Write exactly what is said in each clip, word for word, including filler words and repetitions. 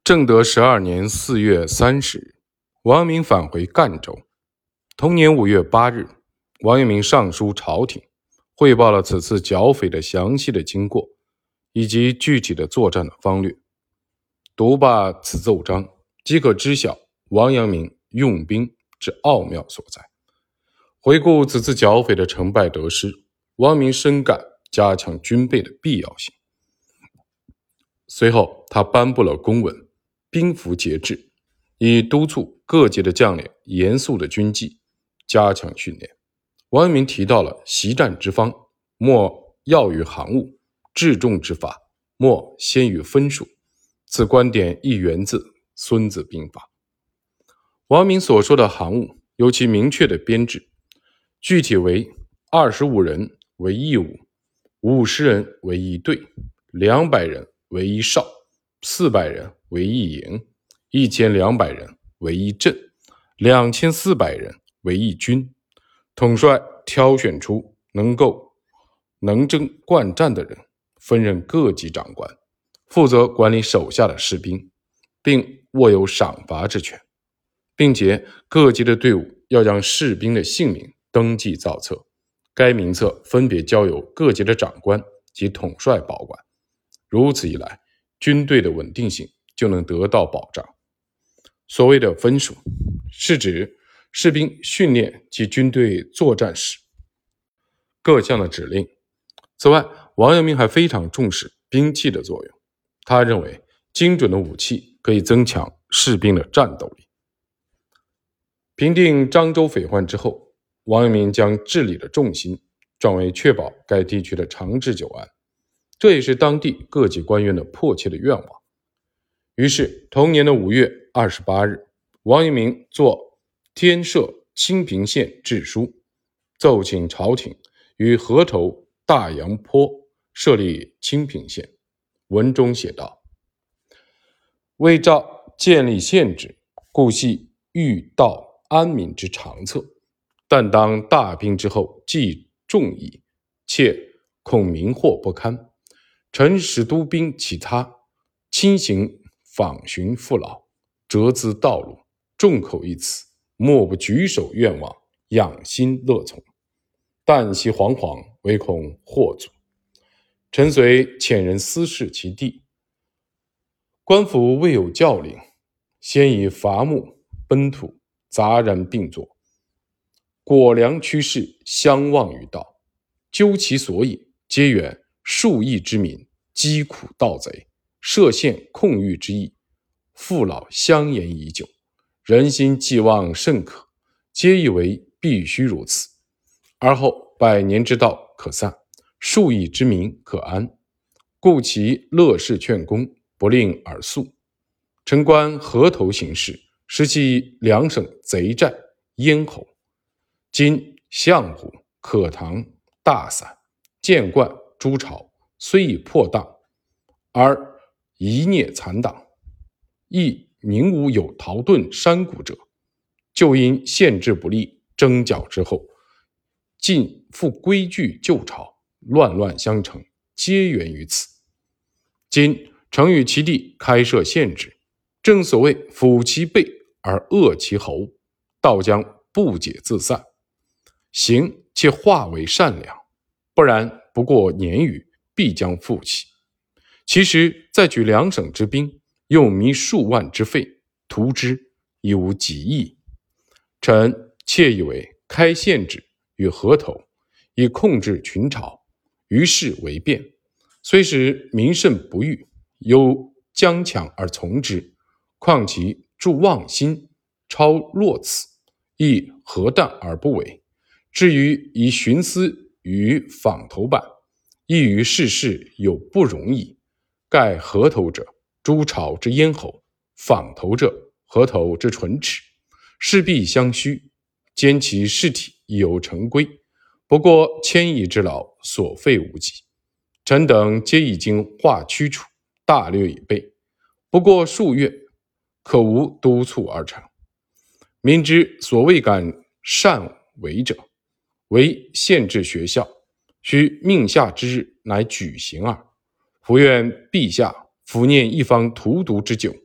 正德十二年四月三十日，王阳明返回赣州。同年五月八日，王阳明上书朝廷，汇报了此次剿匪的详细的经过以及具体的作战的方略。读罢此奏章，即可知晓王阳明用兵之奥妙所在。回顾此次剿匪的成败得失，王阳明深感加强军备的必要性。随后，他颁布了公文，兵符节制，以督促各级的将领严肃的军纪，加强训练。王阳明提到了习战之方，莫要于行务，治众之法，莫先于分数。此观点亦源自《孙子兵法》。王阳明所说的行务有其明确的编制，具体为二十五人为一伍，五十人为一队，两百人为一哨，四百人为一营，一千两百人为一阵，两千四百人为一军。统帅挑选出能够能征惯战的人，分任各级长官，负责管理手下的士兵，并握有赏罚之权，并且各级的队伍要将士兵的姓名登记造册，该名册分别交由各级的长官及统帅保管。如此一来，军队的稳定性就能得到保障。所谓的分数，是指士兵训练及军队作战时各项的指令。此外，王阳明还非常重视兵器的作用。他认为精准的武器可以增强士兵的战斗力。平定漳州匪患之后，王阳明将治理的重心转为确保该地区的长治久安，这也是当地各级官员的迫切的愿望。于是同年的五月二十八日，王阳明作天赦清平县志书，奏请朝廷于河头大洋坡设立清平县。文中写道：为照建立县制，故系欲道安民之长策，但当大兵之后既众矣，且恐民祸不堪。臣使督兵其他，亲行访寻父老，折资道路，众口一词，莫不举手愿望，仰心乐从。旦夕惶惶，唯恐祸阻。臣遂遣人私视其地，官府未有教领，先以伐木奔土杂然并作，果粮趋势相望于道，究其所以，皆源数亿之民饥苦盗贼，设陷控御之意，父老相言已久，人心寄望甚可，皆以为必须如此。而后百年之道可散，数亿之民可安，故其乐事劝公，不令而速。臣观河头形势，实系两省贼寨咽喉。今相虎、可唐、大散、建冠、朱朝虽已破荡，而一孽残党，亦宁无有逃遁山谷者。就因县制不利，征剿之后，尽复规矩旧朝，乱乱相承，皆源于此。今诚与其地开设县制，正所谓抚其背而扼其喉，道将不解自散。行且化为善良，不然不过年余，必将复起。其实再举两省之兵，用弥数万之费，图之已无几亿。臣窃以为开县制与河头，以控制群巢，于是为变，虽使民甚不欲，有将强而从之，况其助妄心，超若此，亦何惮而不为。至于以徇私于坊头版，亦于世事有不容矣。盖河头者，朱巢之咽喉；坊头者，河头之唇齿，势必相虚，兼其事体已有成规，不过千亿之劳，所费无几。臣等皆已经化驱除，大略已备，不过数月，可无督促而成。民之所未敢擅为者，为县制学校，须命下之日乃举行耳。伏愿陛下抚念一方荼毒之久，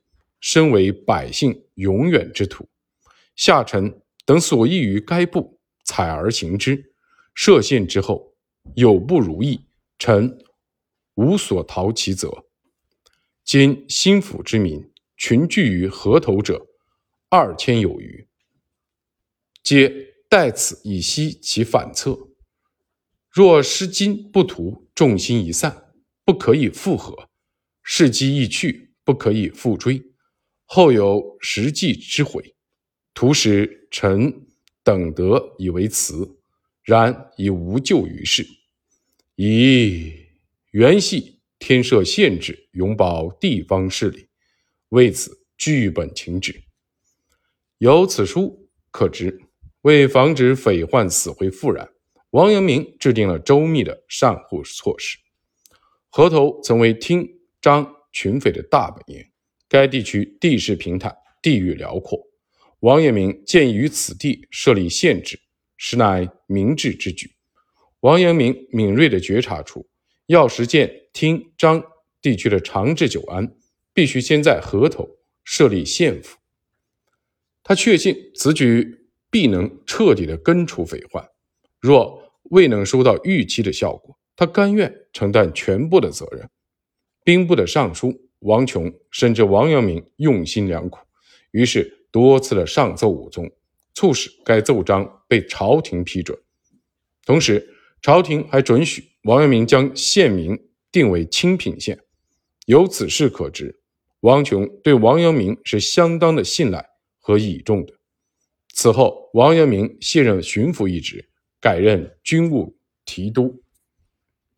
身为百姓永远之徒。下臣等所议于该部，采而行之。设县之后，有不如意，臣无所逃其责。今新府之民群聚于河头者二千有余，皆待此以息其反侧。若失今不图，众心一散，不可以复合；事机一去，不可以复追。后有实际之悔，徒使臣等得以为辞，然已无救于世。咦，原系天设县制，永保地方势力，为此据本请旨。由此书可知，为防止匪患死灰复燃，王阳明制定了周密的善护措施。河头曾为听张群匪的大本营，该地区地势平坦，地域辽阔。王阳明建议于此地设立县制，实乃明智之举。王阳明敏锐地觉察出，要实践听张地区的长治久安，必须先在河头设立县府。他确信此举必能彻底地根除匪患。若未能收到预期的效果，他甘愿承担全部的责任。兵部的尚书王琼深知王阳明用心良苦，于是多次的上奏武宗，促使该奏章被朝廷批准。同时，朝廷还准许王阳明将县名定为清平县。由此事可知，王琼对王阳明是相当的信赖和倚重的。此后，王阳明卸任巡抚一职，改任军务提督。